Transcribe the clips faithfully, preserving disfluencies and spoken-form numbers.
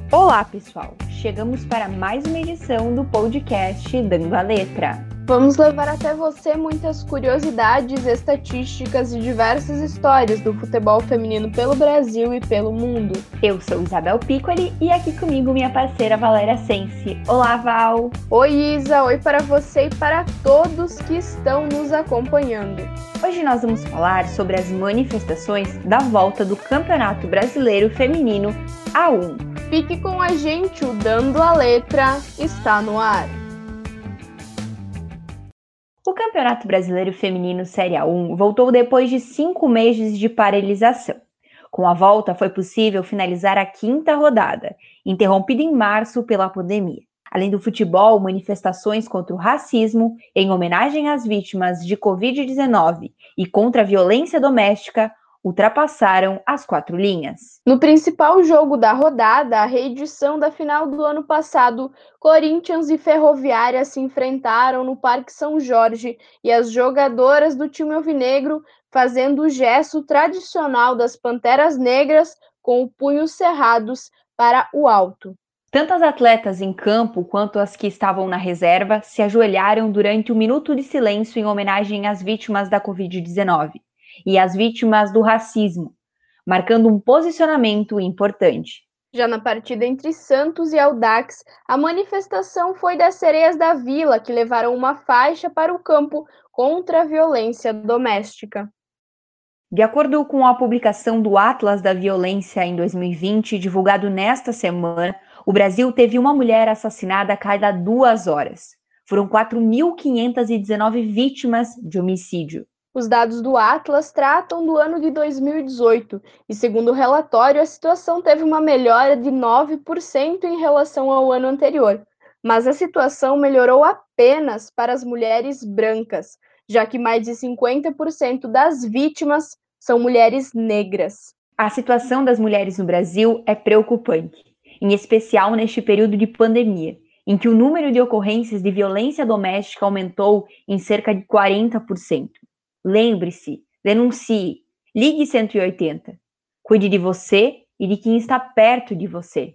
Olá, pessoal! Chegamos para mais uma edição do podcast Dando a Letra. Vamos levar até você muitas curiosidades, estatísticas e diversas histórias do futebol feminino pelo Brasil e pelo mundo. Eu sou Isabel Piccoli e aqui comigo minha parceira Valéria Sense. Olá, Val! Oi, Isa! Oi para você e para todos que estão nos acompanhando. Hoje nós vamos falar sobre as manifestações da volta do Campeonato Brasileiro Feminino A um. Fique com a gente, o Dando a Letra está no ar. O Campeonato Brasileiro Feminino Série A um voltou depois de cinco meses de paralisação. Com a volta, foi possível finalizar a quinta rodada, interrompida em março pela pandemia. Além do futebol, manifestações contra o racismo, em homenagem às vítimas de covid dezenove e contra a violência doméstica, ultrapassaram as quatro linhas. No principal jogo da rodada, a reedição da final do ano passado, Corinthians e Ferroviária se enfrentaram no Parque São Jorge e as jogadoras do time alvinegro fazendo o gesto tradicional das Panteras Negras com os punhos cerrados para o alto. Tanto as atletas em campo quanto as que estavam na reserva se ajoelharam durante um minuto de silêncio em homenagem às vítimas da covid dezenove. E as vítimas do racismo, marcando um posicionamento importante. Já na partida entre Santos e Audax, a manifestação foi das Sereias da Vila, que levaram uma faixa para o campo contra a violência doméstica. De acordo com a publicação do Atlas da Violência em dois mil e vinte, divulgado nesta semana, o Brasil teve uma mulher assassinada a cada duas horas. Foram quatro mil quinhentas e dezenove vítimas de homicídio. Os dados do Atlas tratam do ano de dois mil e dezoito e, segundo o relatório, a situação teve uma melhora de nove por cento em relação ao ano anterior. Mas a situação melhorou apenas para as mulheres brancas, já que mais de cinquenta por cento das vítimas são mulheres negras. A situação das mulheres no Brasil é preocupante, em especial neste período de pandemia, em que o número de ocorrências de violência doméstica aumentou em cerca de quarenta por cento. Lembre-se, denuncie, ligue cento e oitenta. Cuide de você e de quem está perto de você.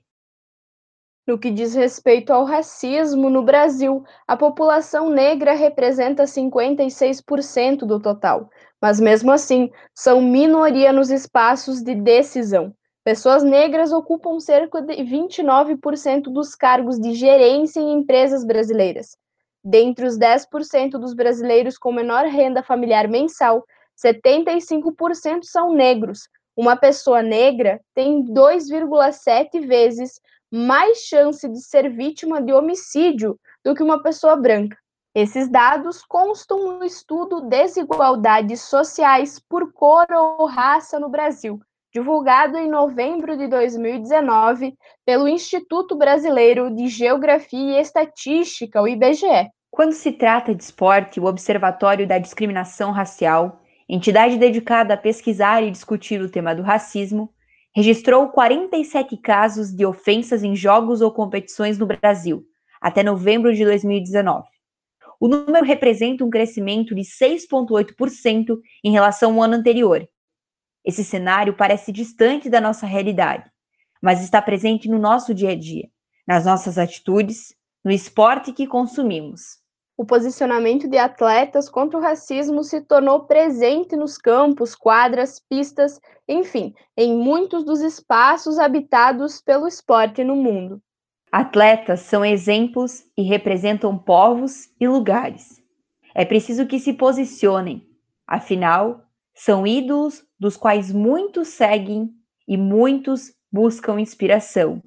No que diz respeito ao racismo no Brasil, a população negra representa cinquenta e seis por cento do total, mas mesmo assim são minoria nos espaços de decisão. Pessoas negras ocupam cerca de vinte e nove por cento dos cargos de gerência em empresas brasileiras. Dentre os dez por cento dos brasileiros com menor renda familiar mensal, setenta e cinco por cento são negros. Uma pessoa negra tem dois vírgula sete vezes mais chance de ser vítima de homicídio do que uma pessoa branca. Esses dados constam no estudo Desigualdades Sociais por Cor ou Raça no Brasil, divulgado em novembro de dois mil e dezenove pelo Instituto Brasileiro de Geografia e Estatística, o I B G E. Quando se trata de esporte, o Observatório da Discriminação Racial, entidade dedicada a pesquisar e discutir o tema do racismo, registrou quarenta e sete casos de ofensas em jogos ou competições no Brasil, até novembro de dois mil e dezenove. O número representa um crescimento de seis vírgula oito por cento em relação ao ano anterior. Esse cenário parece distante da nossa realidade, mas está presente no nosso dia a dia, nas nossas atitudes, no esporte que consumimos. O posicionamento de atletas contra o racismo se tornou presente nos campos, quadras, pistas, enfim, em muitos dos espaços habitados pelo esporte no mundo. Atletas são exemplos e representam povos e lugares. É preciso que se posicionem, afinal, são ídolos dos quais muitos seguem e muitos buscam inspiração.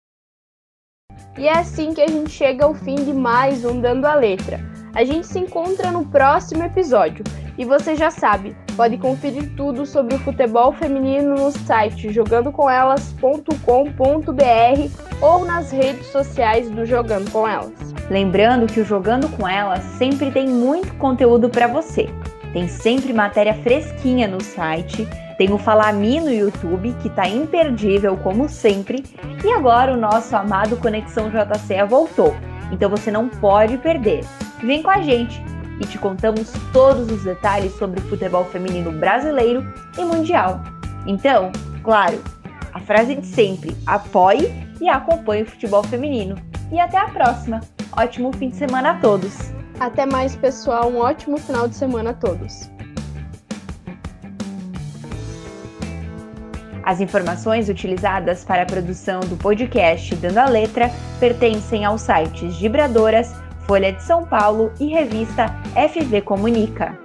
E é assim que a gente chega ao fim de mais um Dando a Letra. A gente se encontra no próximo episódio. E você já sabe, pode conferir tudo sobre o futebol feminino no site jogando com elas ponto com ponto b r ou nas redes sociais do Jogando com Elas. Lembrando que o Jogando com Elas sempre tem muito conteúdo para você. Tem sempre matéria fresquinha no site, tem o Fala Mi no YouTube, que está imperdível como sempre, e agora o nosso amado Conexão J C E voltou, então você não pode perder. Vem com a gente e te contamos todos os detalhes sobre o futebol feminino brasileiro e mundial. Então, claro, a frase de sempre, apoie e acompanhe o futebol feminino. E até a próxima! Ótimo fim de semana a todos! Até mais, pessoal! Um ótimo final de semana a todos! As informações utilizadas para a produção do podcast Dando a Letra pertencem aos sites Vibradoras, Folha de São Paulo e revista F V Comunica.